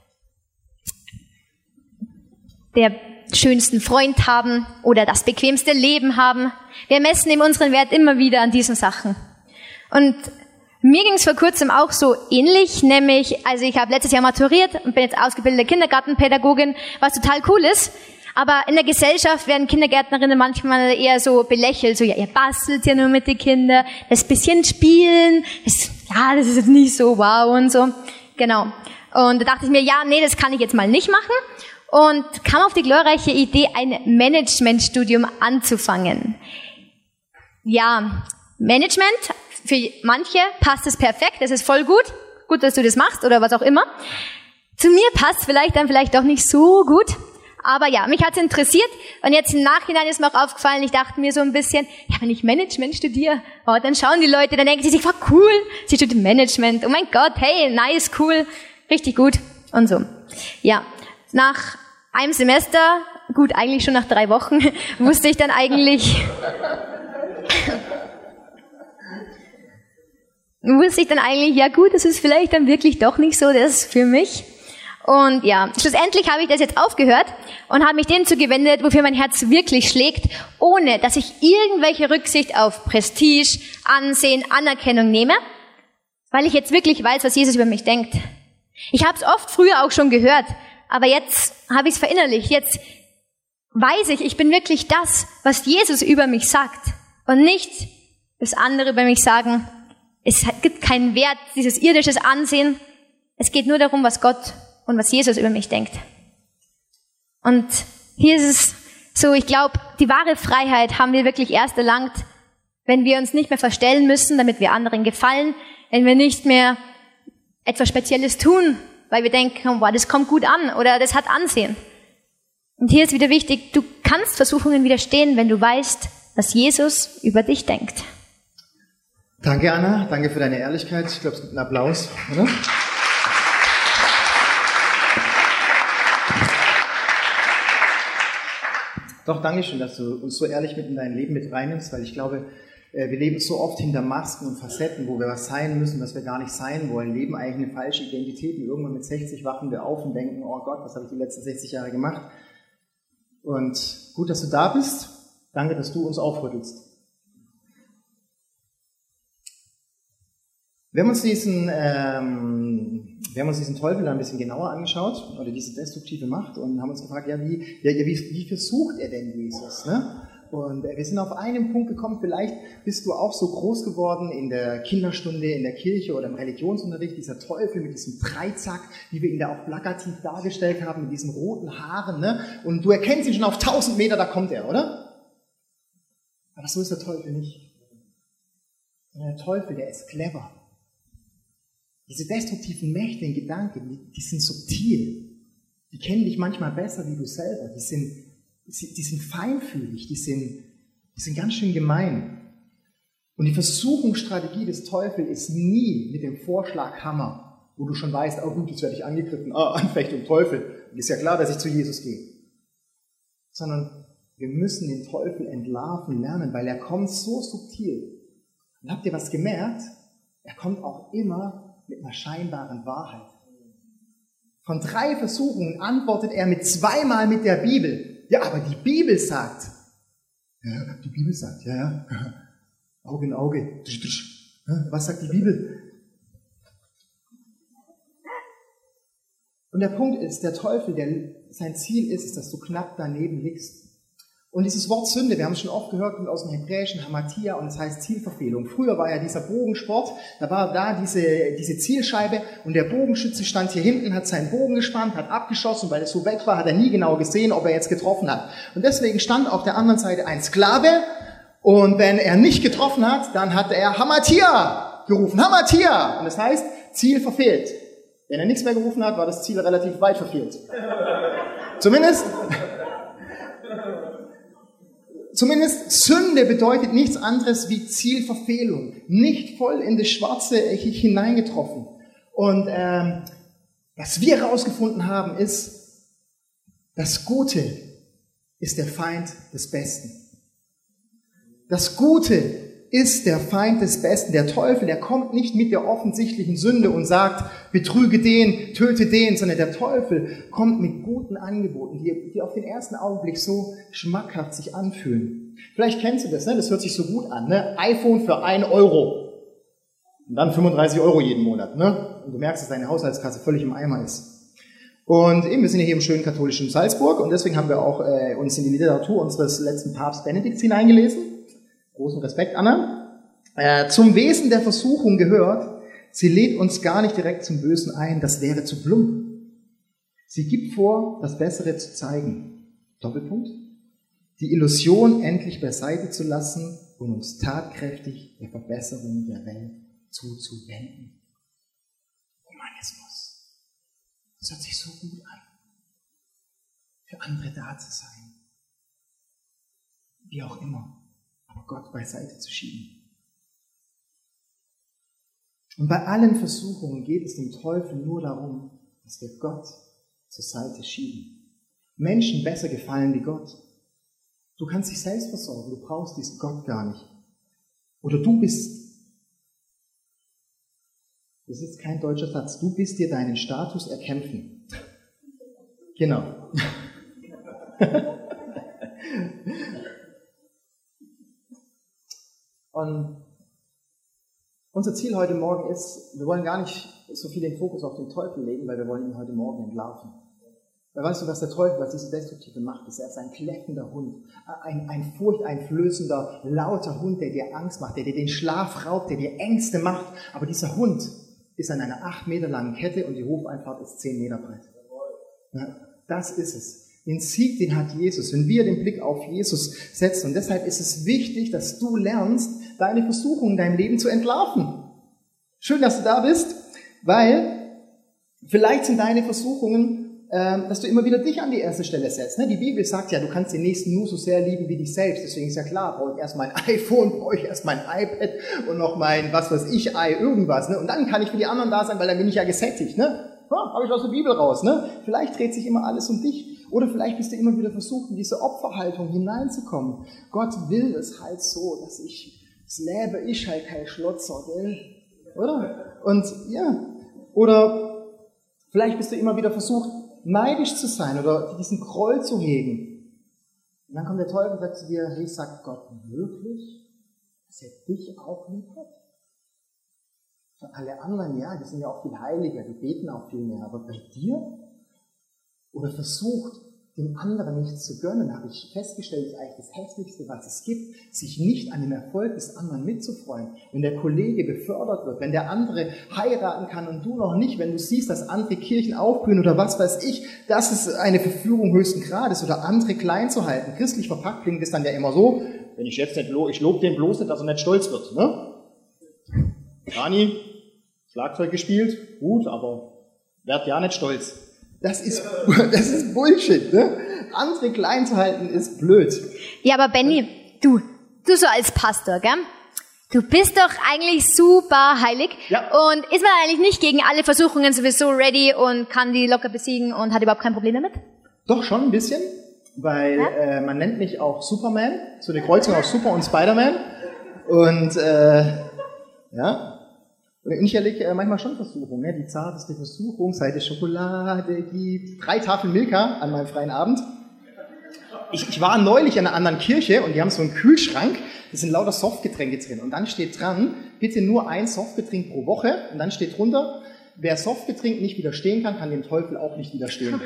der schönsten Freund haben oder das bequemste Leben haben. Wir messen ihm unseren Wert immer wieder an diesen Sachen. Und mir ging es vor kurzem auch so ähnlich, nämlich, also ich habe letztes Jahr maturiert und bin jetzt ausgebildete Kindergartenpädagogin, was total cool ist. Aber in der Gesellschaft werden Kindergärtnerinnen manchmal eher so belächelt, so, ja, ihr bastelt ja nur mit den Kindern, das bisschen Spielen, das ist jetzt nicht so wow und so. Genau. Und da dachte ich mir, ja, nee, das kann ich jetzt mal nicht machen. Und kam auf die glorreiche Idee, ein Managementstudium anzufangen. Ja, Management, für manche passt es perfekt, das ist voll gut. Gut, dass du das machst oder was auch immer. Zu mir passt vielleicht dann vielleicht auch nicht so gut. Aber ja, mich hat's interessiert. Und jetzt im Nachhinein ist mir auch aufgefallen, ich dachte mir so ein bisschen, ja, wenn ich Management studiere, dann schauen die Leute, dann denken sie sich, cool, sie studiert Management. Oh mein Gott, hey, nice, cool, richtig gut und so. Ja, nach einem Semester, gut, eigentlich schon nach 3 Wochen, wusste ich dann eigentlich, ja gut, das ist vielleicht dann wirklich doch nicht so das für mich. Und ja, schlussendlich habe ich das jetzt aufgehört und habe mich dem zugewendet, wofür mein Herz wirklich schlägt, ohne dass ich irgendwelche Rücksicht auf Prestige, Ansehen, Anerkennung nehme. weil ich jetzt wirklich weiß, was Jesus über mich denkt. Ich habe es oft früher auch schon gehört, aber jetzt habe ich es verinnerlicht. Jetzt weiß ich, ich bin wirklich das, was Jesus über mich sagt und nicht das andere über mich sagen. Es gibt keinen Wert, dieses irdisches Ansehen. Es geht nur darum, was Gott und was Jesus über mich denkt. Und hier ist es so, ich glaube, die wahre Freiheit haben wir wirklich erst erlangt, wenn wir uns nicht mehr verstellen müssen, damit wir anderen gefallen, wenn wir nicht mehr etwas Spezielles tun, weil wir denken, boah, das kommt gut an oder das hat Ansehen. Und hier ist wieder wichtig, du kannst Versuchungen widerstehen, wenn du weißt, was Jesus über dich denkt. Danke, Anna. Danke für deine Ehrlichkeit. Ich glaube, es gibt einen Applaus, oder? Doch, danke schön, dass du uns so ehrlich mit in dein Leben mit reinnimmst, weil ich glaube, wir leben so oft hinter Masken und Facetten, wo wir was sein müssen, was wir gar nicht sein wollen, leben eigentlich eine falsche Identität und irgendwann mit 60 wachen wir auf und denken, oh Gott, was habe ich die letzten 60 Jahre gemacht? Und gut, dass du da bist. Danke, dass du uns aufrüttelst. Wir haben uns diesen Teufel da ein bisschen genauer angeschaut, oder diese destruktive Macht, und haben uns gefragt, wie versucht er denn Jesus? Ne? Und wir sind auf einen Punkt gekommen, vielleicht bist du auch so groß geworden in der Kinderstunde, in der Kirche oder im Religionsunterricht, dieser Teufel mit diesem Dreizack, wie wir ihn da auch plakativ dargestellt haben, mit diesen roten Haaren, ne? Und du erkennst ihn schon auf 1000 Meter, da kommt er, oder? Aber so ist der Teufel nicht. Der Teufel, der ist clever. Diese destruktiven Mächte in Gedanken, die sind subtil. Die kennen dich manchmal besser wie du selber. Die sind feinfühlig, die sind ganz schön gemein. Und die Versuchungsstrategie des Teufels ist nie mit dem Vorschlaghammer, wo du schon weißt, oh gut, jetzt werde ich angegriffen, Anfechtung, Teufel. Und ist ja klar, dass ich zu Jesus gehe. Sondern wir müssen den Teufel entlarven lernen, weil er kommt so subtil. Und habt ihr was gemerkt? Er kommt auch immer mit einer scheinbaren Wahrheit. Von 3 Versuchungen antwortet er mit 2-mal mit der Bibel. Ja, aber die Bibel sagt. Ja, die Bibel sagt, ja. Auge in Auge. Was sagt die Bibel? Und der Punkt ist, der Teufel, sein Ziel ist, dass du knapp daneben liegst. Und dieses Wort Sünde, wir haben es schon oft gehört, kommt aus dem Hebräischen Hamatia und es heißt Zielverfehlung. Früher war ja dieser Bogensport, da war da diese Zielscheibe und der Bogenschütze stand hier hinten, hat seinen Bogen gespannt, hat abgeschossen, weil es so weg war, hat er nie genau gesehen, ob er jetzt getroffen hat. Und deswegen stand auf der anderen Seite ein Sklave und wenn er nicht getroffen hat, dann hat er Hamatia gerufen, Hamatia! Und das heißt, Ziel verfehlt. Wenn er nichts mehr gerufen hat, war das Ziel relativ weit verfehlt. Zumindest Sünde bedeutet nichts anderes wie Zielverfehlung. Nicht voll in das Schwarze hineingetroffen. Und was wir herausgefunden haben, ist, das Gute ist der Feind des Besten. Das Gute ist der Feind des Besten. Der Teufel, der kommt nicht mit der offensichtlichen Sünde und sagt, betrüge den, töte den, sondern der Teufel kommt mit guten Angeboten, die auf den ersten Augenblick so schmackhaft sich anfühlen. Vielleicht kennst du das, ne? Das hört sich so gut an, ne? iPhone für 1 Euro. Und dann 35 Euro jeden Monat, ne? Und du merkst, dass deine Haushaltskasse völlig im Eimer ist. Und eben, wir sind ja hier im schönen katholischen Salzburg und deswegen haben wir auch uns in die Literatur unseres letzten Papst Benedikts hineingelesen. Großen Respekt, Anna. Zum Wesen der Versuchung gehört, sie lädt uns gar nicht direkt zum Bösen ein, das wäre zu plump. Sie gibt vor, das Bessere zu zeigen. Doppelpunkt. Die Illusion endlich beiseite zu lassen und uns tatkräftig der Verbesserung der Welt zuzuwenden. Humanismus. Das hört sich so gut an. Für andere da zu sein. Wie auch immer. Aber Gott beiseite zu schieben. Und bei allen Versuchungen geht es dem Teufel nur darum, dass wir Gott zur Seite schieben. Menschen besser gefallen wie Gott. Du kannst dich selbst versorgen, du brauchst diesen Gott gar nicht. Oder du bist, das ist kein deutscher Satz, du bist dir deinen Status erkämpfen. Genau. Und Unser Ziel heute Morgen ist, wir wollen gar nicht so viel den Fokus auf den Teufel legen, weil wir wollen ihn heute Morgen entlarven. Weil weißt du, was der Teufel, was diese Destruktive macht, ist, er ist ein kläffender Hund, ein furchteinflößender, lauter Hund, der dir Angst macht, der dir den Schlaf raubt, der dir Ängste macht. Aber dieser Hund ist an einer 8 Meter langen Kette und die Hofeinfahrt ist 10 Meter breit. Ja, das ist es. Den Sieg, den hat Jesus, wenn wir den Blick auf Jesus setzen. Und deshalb ist es wichtig, dass du lernst, deine Versuchungen in deinem Leben zu entlarven. Schön, dass du da bist, weil vielleicht sind deine Versuchungen, dass du immer wieder dich an die erste Stelle setzt. Die Bibel sagt ja, du kannst den Nächsten nur so sehr lieben wie dich selbst. Deswegen ist ja klar, brauche ich erst mein iPhone, brauche ich erst mein iPad und noch mein, was weiß ich, irgendwas. Und dann kann ich für die anderen da sein, weil dann bin ich ja gesättigt. Habe ich aus der Bibel raus. Vielleicht dreht sich immer alles um dich. Oder vielleicht bist du immer wieder versucht, in diese Opferhaltung hineinzukommen. Gott will es halt so, dass das lebe ich halt kein Schlotzer, gell? Oder? Und ja, oder vielleicht bist du immer wieder versucht, neidisch zu sein oder diesen Groll zu hegen. Und dann kommt der Teufel und sagt zu dir, hey, sagt Gott wirklich, dass er dich auch lieb hat? Für alle anderen, ja, die sind ja auch viel heiliger, die beten auch viel mehr, aber bei dir? Oder versucht, dem anderen nichts zu gönnen, habe ich festgestellt, ist eigentlich das Hässlichste, was es gibt, sich nicht an dem Erfolg des anderen mitzufreuen. Wenn der Kollege befördert wird, wenn der andere heiraten kann und du noch nicht, wenn du siehst, dass andere Kirchen aufblühen oder was weiß ich, das ist eine Verführung höchsten Grades oder andere klein zu halten. Christlich verpackt klingt es dann ja immer so, wenn ich jetzt nicht, ich lobe den bloß nicht, dass er nicht stolz wird. Dani, Schlagzeug gespielt, gut, aber werd ja nicht stolz. Das ist Bullshit, Andere klein zu halten ist blöd. Ja, aber Benni, du so als Pastor, gell? Du bist doch eigentlich super heilig. Ja. Und ist man eigentlich nicht gegen alle Versuchungen sowieso ready und kann die locker besiegen und hat überhaupt kein Problem damit? Doch, schon ein bisschen, weil man nennt mich auch Superman, so eine Kreuzung aus Super und Spider-Man. Und ja. Und ich erlege manchmal schon Versuchungen, die zarteste Versuchung, seit es Schokolade gibt. 3 Tafeln Milka an meinem freien Abend. Ich war neulich in einer anderen Kirche und die haben so einen Kühlschrank, da sind lauter Softgetränke drin. Und dann steht dran, bitte nur ein Softgetränk pro Woche. Und dann steht drunter, wer Softgetränk nicht widerstehen kann, kann dem Teufel auch nicht widerstehen.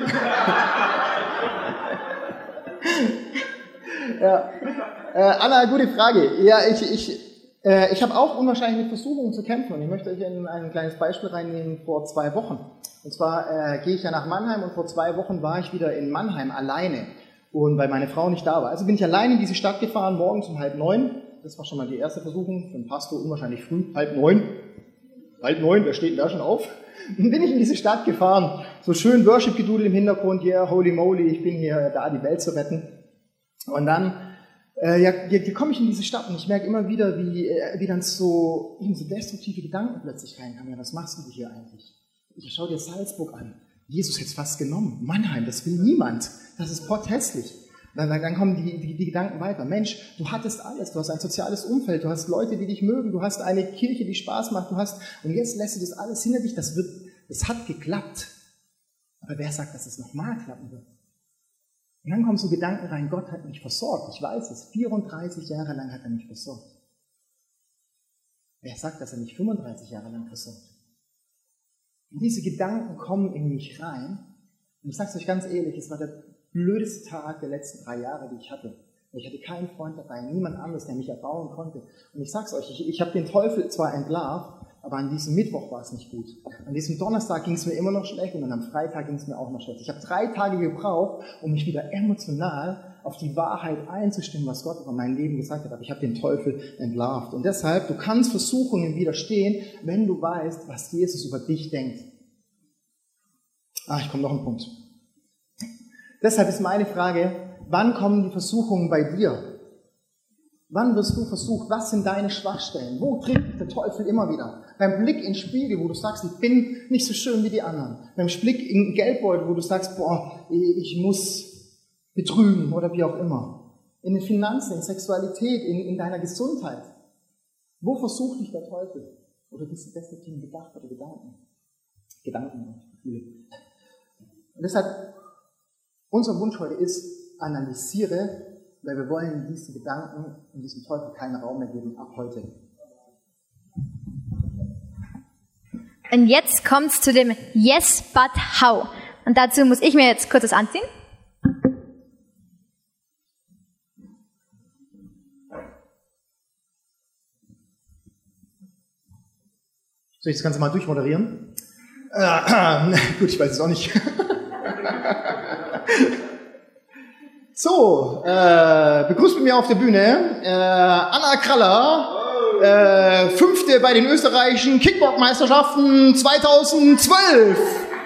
Ja. Anna, gute Frage. Ja, ich habe auch unwahrscheinlich mit Versuchungen zu kämpfen und ich möchte euch in ein kleines Beispiel reinnehmen vor 2 Wochen. Und zwar gehe ich ja nach Mannheim und vor 2 Wochen war ich wieder in Mannheim alleine und weil meine Frau nicht da war. Also bin ich alleine in diese Stadt gefahren, morgens um 8:30. Das war schon mal die erste Versuchung, für einen Pastor unwahrscheinlich früh, 8:30. 8:30, wer steht denn da schon auf? Dann bin ich in diese Stadt gefahren, so schön Worship-Gedudel im Hintergrund, yeah, holy moly, ich bin hier da, die Welt zu retten. Und dann hier komme ich in diese Stadt und ich merke immer wieder, wie dann so destruktive Gedanken plötzlich reinkommen. Ja, was machst du hier eigentlich? Ich schau dir Salzburg an. Jesus hätte es fast genommen. Mannheim, das will niemand. Das ist potthässlich. Dann kommen die Gedanken weiter. Mensch, du hattest alles. Du hast ein soziales Umfeld. Du hast Leute, die dich mögen. Du hast eine Kirche, die Spaß macht. Und jetzt lässt du das alles hinter dich. Das hat geklappt. Aber wer sagt, dass es nochmal klappen wird? Und dann kommen so Gedanken rein, Gott hat mich versorgt. Ich weiß es, 34 Jahre lang hat er mich versorgt. Wer sagt, dass er mich 35 Jahre lang versorgt? Und diese Gedanken kommen in mich rein. Und ich sage es euch ganz ehrlich, es war der blödeste Tag der letzten 3 Jahre, die ich hatte. Ich hatte keinen Freund dabei, niemand anderes, der mich erbauen konnte. Und ich sage es euch, ich habe den Teufel zwar entlarvt, aber an diesem Mittwoch war es nicht gut. An diesem Donnerstag ging es mir immer noch schlecht und dann am Freitag ging es mir auch noch schlecht. Ich habe 3 Tage gebraucht, um mich wieder emotional auf die Wahrheit einzustimmen, was Gott über mein Leben gesagt hat. Aber ich habe den Teufel entlarvt. Und deshalb, du kannst Versuchungen widerstehen, wenn du weißt, was Jesus über dich denkt. Ich komme noch einen Punkt. Deshalb ist meine Frage, wann kommen die Versuchungen bei dir? Wann wirst du versucht? Was sind deine Schwachstellen? Wo trifft der Teufel immer wieder? Beim Blick in den Spiegel, wo du sagst, ich bin nicht so schön wie die anderen. Beim Blick in den Geldbeutel, wo du sagst, ich muss betrügen oder wie auch immer. In den Finanzen, in Sexualität, in deiner Gesundheit. Wo versucht dich der Teufel? Oder diese destruktiven Gedanken oder Gedanken und Gefühle. Und deshalb, unser Wunsch heute ist, analysiere, weil wir wollen diesen Gedanken und diesem Teufel keinen Raum mehr geben ab heute. Und jetzt kommt's zu dem Yes, but how. Und dazu muss ich mir jetzt kurz was anziehen. Soll ich das Ganze mal durchmoderieren? Gut, ich weiß es auch nicht. So, begrüßt mit mir auf der Bühne Anna Kraller, 5. bei den österreichischen Kickbox-Meisterschaften 2012.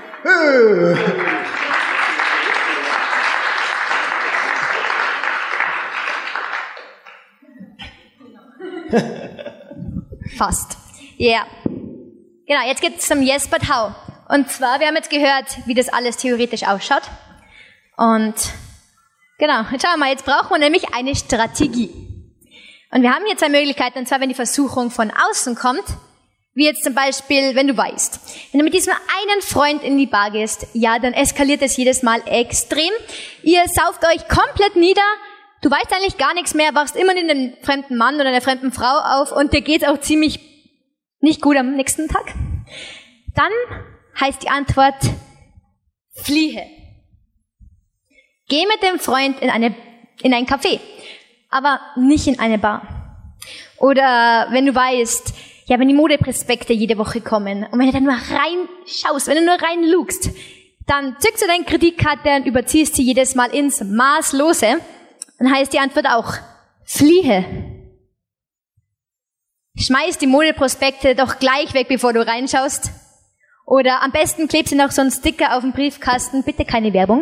Fast. Ja. Yeah. Genau, jetzt geht es zum Yes, but how. Und zwar, wir haben jetzt gehört, wie das alles theoretisch ausschaut. Und genau, jetzt schauen wir mal, jetzt brauchen wir nämlich eine Strategie. Und wir haben hier zwei Möglichkeiten, und zwar, wenn die Versuchung von außen kommt, wie jetzt zum Beispiel, wenn du weißt, wenn du mit diesem einen Freund in die Bar gehst, ja, dann eskaliert es jedes Mal extrem. Ihr sauft euch komplett nieder, du weißt eigentlich gar nichts mehr, wachst immer in den fremden Mann oder der fremden Frau auf und dir geht's auch ziemlich nicht gut am nächsten Tag. Dann heißt die Antwort, fliehe. Geh mit dem Freund in ein Café, aber nicht in eine Bar. Oder wenn du weißt, ja, wenn die Modeprospekte jede Woche kommen und wenn du dann nur reinschaust, wenn du nur reinlugst, dann zückst du deine Kreditkarte und überziehst sie jedes Mal ins Maßlose. Dann heißt die Antwort auch, fliehe. Schmeiß die Modeprospekte doch gleich weg, bevor du reinschaust. Oder am besten klebst du noch so einen Sticker auf den Briefkasten, bitte keine Werbung.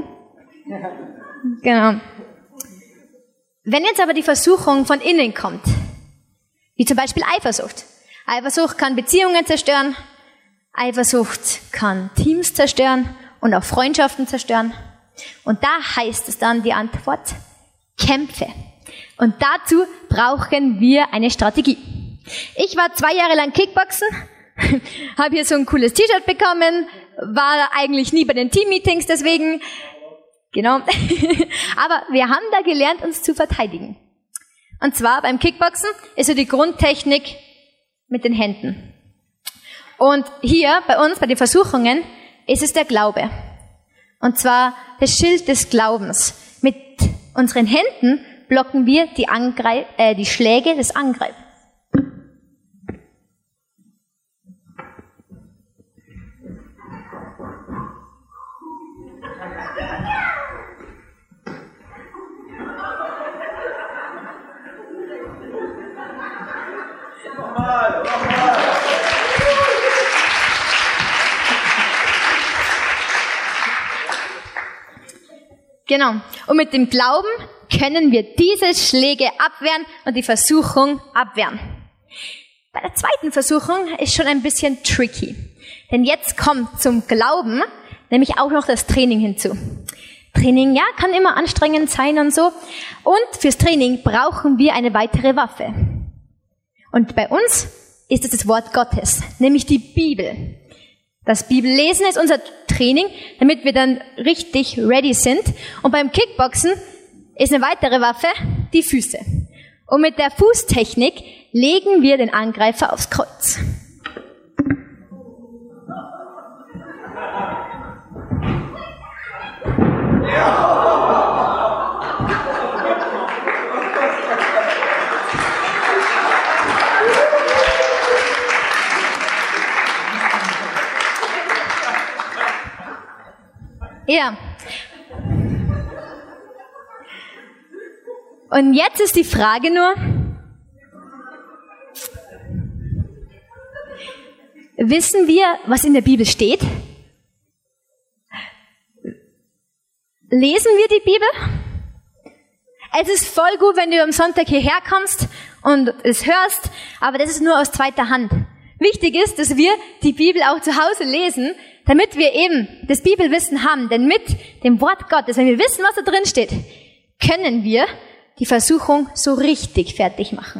Genau. Wenn jetzt aber die Versuchung von innen kommt, wie zum Beispiel Eifersucht. Eifersucht kann Beziehungen zerstören, Eifersucht kann Teams zerstören und auch Freundschaften zerstören. Und da heißt es dann die Antwort, kämpfe. Und dazu brauchen wir eine Strategie. Ich war 2 Jahre lang Kickboxen, habe hier so ein cooles T-Shirt bekommen, war eigentlich nie bei den Team-Meetings, deswegen, genau. Aber wir haben da gelernt, uns zu verteidigen. Und zwar beim Kickboxen ist so die Grundtechnik mit den Händen. Und hier bei uns, bei den Versuchungen, ist es der Glaube. Und zwar das Schild des Glaubens. Mit unseren Händen blocken wir die Schläge des Angreifers. Genau. Und mit dem Glauben können wir diese Schläge abwehren und die Versuchung abwehren. Bei der zweiten Versuchung ist schon ein bisschen tricky. Denn jetzt kommt zum Glauben nämlich auch noch das Training hinzu. Training, ja, kann immer anstrengend sein und so. Und fürs Training brauchen wir eine weitere Waffe. Und bei uns ist es das Wort Gottes, nämlich die Bibel. Das Bibellesen ist unser Training, damit wir dann richtig ready sind. Und beim Kickboxen ist eine weitere Waffe die Füße. Und mit der Fußtechnik legen wir den Angreifer aufs Kreuz. Ja. Und jetzt ist die Frage nur, wissen wir, was in der Bibel steht? Lesen wir die Bibel? Es ist voll gut, wenn du am Sonntag hierher kommst und es hörst, aber das ist nur aus zweiter Hand. Wichtig ist, dass wir die Bibel auch zu Hause lesen, damit wir eben das Bibelwissen haben. Denn mit dem Wort Gottes, wenn wir wissen, was da drin steht, können wir die Versuchung so richtig fertig machen.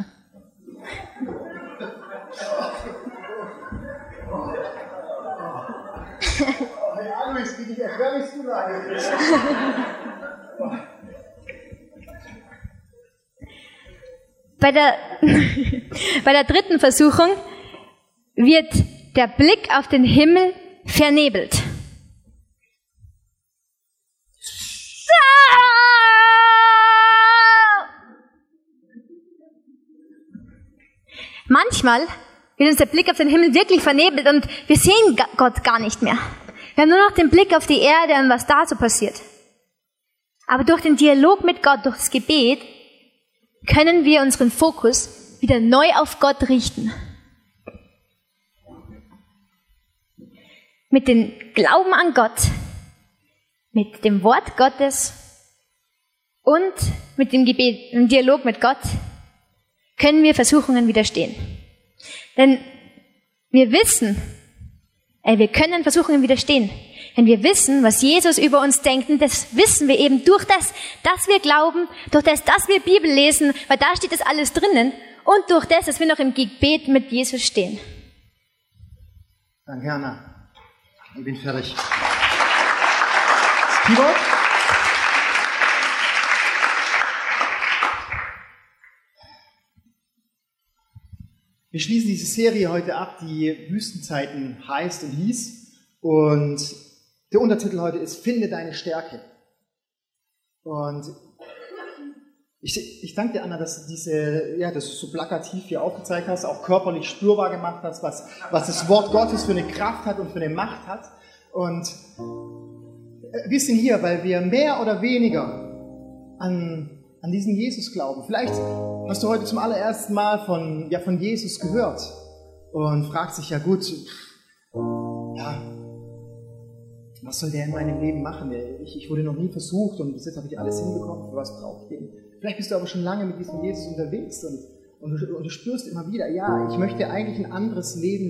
Bei der dritten Versuchung wird der Blick auf den Himmel vernebelt. Manchmal wird uns der Blick auf den Himmel wirklich vernebelt und wir sehen Gott gar nicht mehr. Wir haben nur noch den Blick auf die Erde und was da so passiert. Aber durch den Dialog mit Gott, durch das Gebet, können wir unseren Fokus wieder neu auf Gott richten. Mit dem Glauben an Gott, mit dem Wort Gottes und mit dem Gebet, im Dialog mit Gott, können wir Versuchungen widerstehen. Denn wir wissen, wir können Versuchungen widerstehen. Wenn wir wissen, was Jesus über uns denkt, und das wissen wir eben durch das, dass wir glauben, durch das, dass wir Bibel lesen, weil da steht das alles drinnen, und durch das, dass wir noch im Gebet mit Jesus stehen. Danke, Anna. Ich bin fertig. Keyboard? Wir schließen diese Serie heute ab, die Wüstenzeiten heißt und hieß. Und der Untertitel heute ist Finde deine Stärke. Und ich danke dir, Anna, dass du das so plakativ hier aufgezeigt hast, auch körperlich spürbar gemacht hast, was das Wort Gottes für eine Kraft hat und für eine Macht hat. Und wir sind hier, weil wir mehr oder weniger an diesen Jesus glauben. Vielleicht hast du heute zum allerersten Mal von Jesus gehört und fragst dich, was soll der in meinem Leben machen? Ich wurde noch nie versucht und bis jetzt habe ich alles hinbekommen, für was brauche ich den? Vielleicht bist du aber schon lange mit diesem Jesus unterwegs und du spürst immer wieder, ich möchte eigentlich ein anderes Leben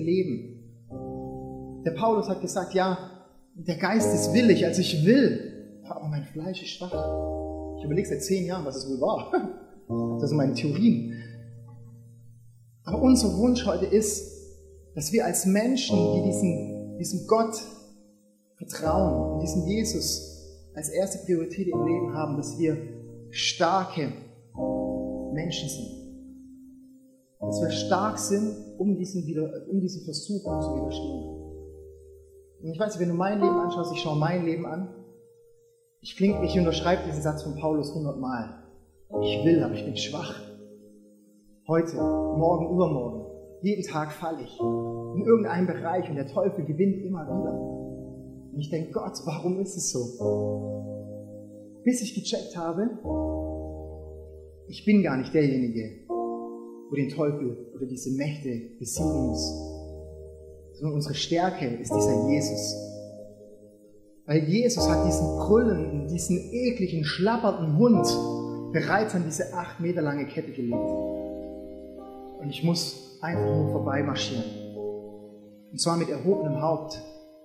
leben. Der Paulus hat gesagt, der Geist ist willig, also ich will, aber mein Fleisch ist schwach. Ich überlege seit 10 Jahren, was es wohl war. Das sind meine Theorien. Aber unser Wunsch heute ist, dass wir als Menschen, die diesem Gott vertrauen und diesen Jesus als erste Priorität im Leben haben, dass wir starke Menschen sind. Dass wir stark sind, um diesen Versuchungen zu widerstehen. Und ich weiß nicht, wenn du mein Leben anschaust, ich schaue mein Leben an, ich unterschreibe diesen Satz von Paulus 100 Mal. Ich will, aber ich bin schwach. Heute, morgen, übermorgen, jeden Tag falle ich in irgendeinem Bereich und der Teufel gewinnt immer wieder. Und ich denke, Gott, warum ist es so? Bis ich gecheckt habe, ich bin gar nicht derjenige, wo den Teufel oder diese Mächte besiegen muss. Sondern unsere Stärke ist dieser Jesus. Weil Jesus hat diesen brüllenden, diesen ekligen, schlappernden Hund bereits an diese 8 Meter lange Kette gelegt. Und ich muss einfach nur vorbeimarschieren. Und zwar mit erhobenem Haupt.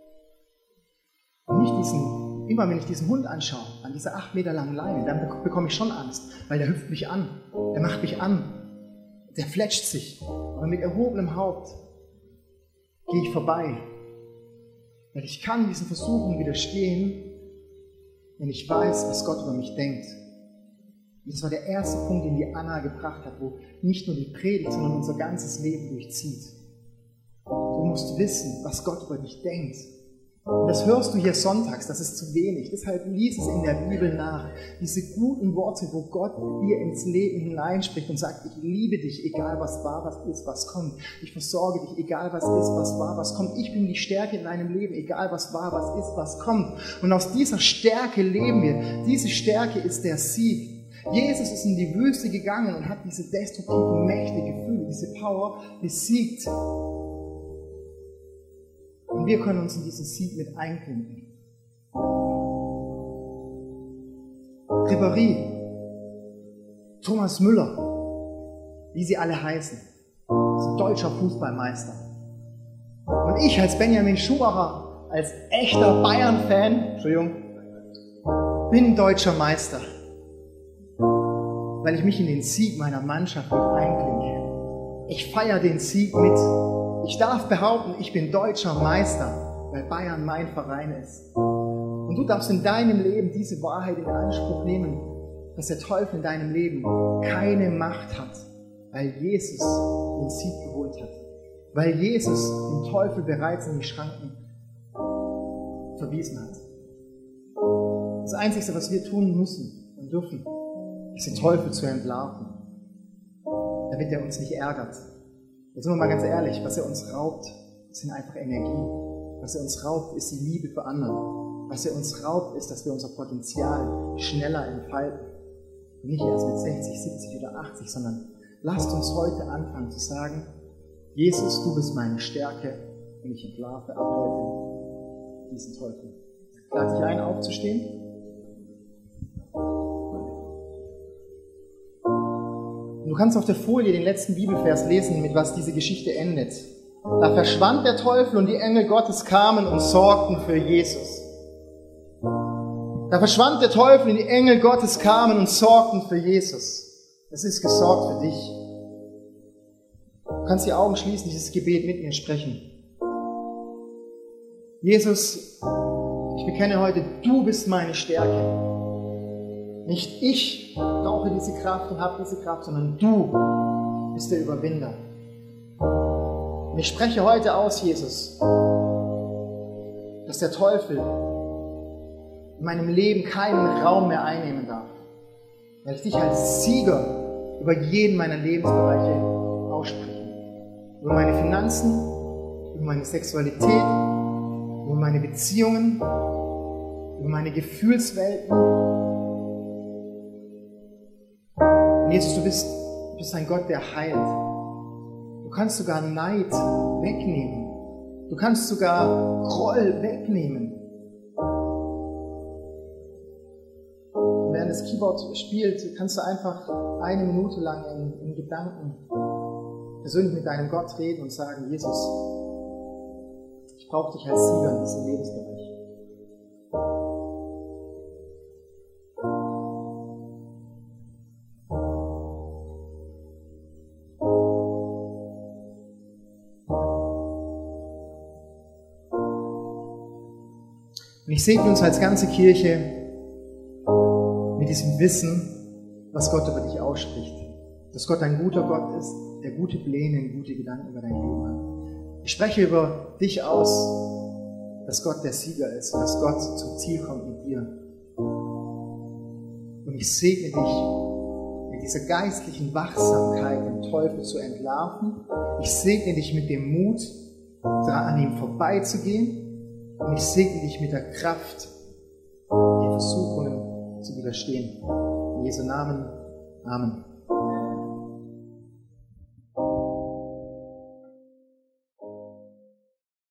Und nicht immer wenn ich diesen Hund anschaue, an dieser 8 Meter langen Leine, dann bekomme ich schon Angst, weil der hüpft mich an, der macht mich an, der fletscht sich. Aber mit erhobenem Haupt gehe ich vorbei. Weil ich kann diesen Versuchungen widerstehen, wenn ich weiß, was Gott über mich denkt. Und das war der erste Punkt, den die Anna gebracht hat, wo nicht nur die Predigt, sondern unser ganzes Leben durchzieht. Du musst wissen, was Gott über dich denkt. Und das hörst du hier sonntags, das ist zu wenig. Deshalb lies es in der Bibel nach. Diese guten Worte, wo Gott dir ins Leben hineinspricht und sagt, ich liebe dich, egal was war, was ist, was kommt. Ich versorge dich, egal was ist, was war, was kommt. Ich bin die Stärke in deinem Leben, egal was war, was ist, was kommt. Und aus dieser Stärke leben wir. Diese Stärke ist der Sieg. Jesus ist in die Wüste gegangen und hat diese destruktiven Mächte, Gefühle, diese Power besiegt. Und wir können uns in diesen Sieg mit einklinken. Ribéry, Thomas Müller, wie sie alle heißen, ist ein deutscher Fußballmeister. Und ich als Benjamin Schumacher, als echter Bayern-Fan, bin deutscher Meister, weil ich mich in den Sieg meiner Mannschaft mit einklinke. Ich feiere den Sieg mit. Ich darf behaupten, ich bin deutscher Meister, weil Bayern mein Verein ist. Und du darfst in deinem Leben diese Wahrheit in Anspruch nehmen, dass der Teufel in deinem Leben keine Macht hat, weil Jesus den Sieg geholt hat. weil Jesus den Teufel bereits in die Schranken verwiesen hat. Das Einzige, was wir tun müssen und dürfen, ist den Teufel zu entlarven, damit er uns nicht ärgert. Jetzt sind wir mal ganz ehrlich, was er uns raubt, sind einfach Energie. Was er uns raubt, ist die Liebe für andere. Was er uns raubt, ist, dass wir unser Potenzial schneller entfalten. Nicht erst mit 60, 70 oder 80, sondern lasst uns heute anfangen zu sagen, Jesus, du bist meine Stärke und ich entlarve ab heute diesen Teufel. Ich lade dich ein, aufzustehen. Du kannst auf der Folie den letzten Bibelvers lesen, mit was diese Geschichte endet. Da verschwand der Teufel und die Engel Gottes kamen und sorgten für Jesus. Da verschwand der Teufel und die Engel Gottes kamen und sorgten für Jesus. Es ist gesorgt für dich. Du kannst die Augen schließen, dieses Gebet mit mir sprechen. Jesus, ich bekenne heute, du bist meine Stärke. Nicht ich brauche diese Kraft und habe diese Kraft, sondern du bist der Überwinder. Und ich spreche heute aus, Jesus, dass der Teufel in meinem Leben keinen Raum mehr einnehmen darf, weil ich dich als Sieger über jeden meiner Lebensbereiche ausspreche. Über meine Finanzen, über meine Sexualität, über meine Beziehungen, über meine Gefühlswelten. Und Jesus, du bist ein Gott, der heilt. Du kannst sogar Neid wegnehmen. Du kannst sogar Groll wegnehmen. Und während das Keyboard spielt, kannst du einfach 1 Minute lang in Gedanken persönlich mit deinem Gott reden und sagen, Jesus, ich brauche dich als Sieger in diesem Lebensbereich. Und ich segne uns als ganze Kirche mit diesem Wissen, was Gott über dich ausspricht. Dass Gott ein guter Gott ist, der gute Pläne und gute Gedanken über dein Leben hat. Ich spreche über dich aus, dass Gott der Sieger ist, dass Gott zum Ziel kommt mit dir. Und ich segne dich mit dieser geistlichen Wachsamkeit, den Teufel zu entlarven. Ich segne dich mit dem Mut, an ihm vorbeizugehen. Und ich segne dich mit der Kraft, die Versuchungen zu widerstehen. In Jesu Namen. Amen.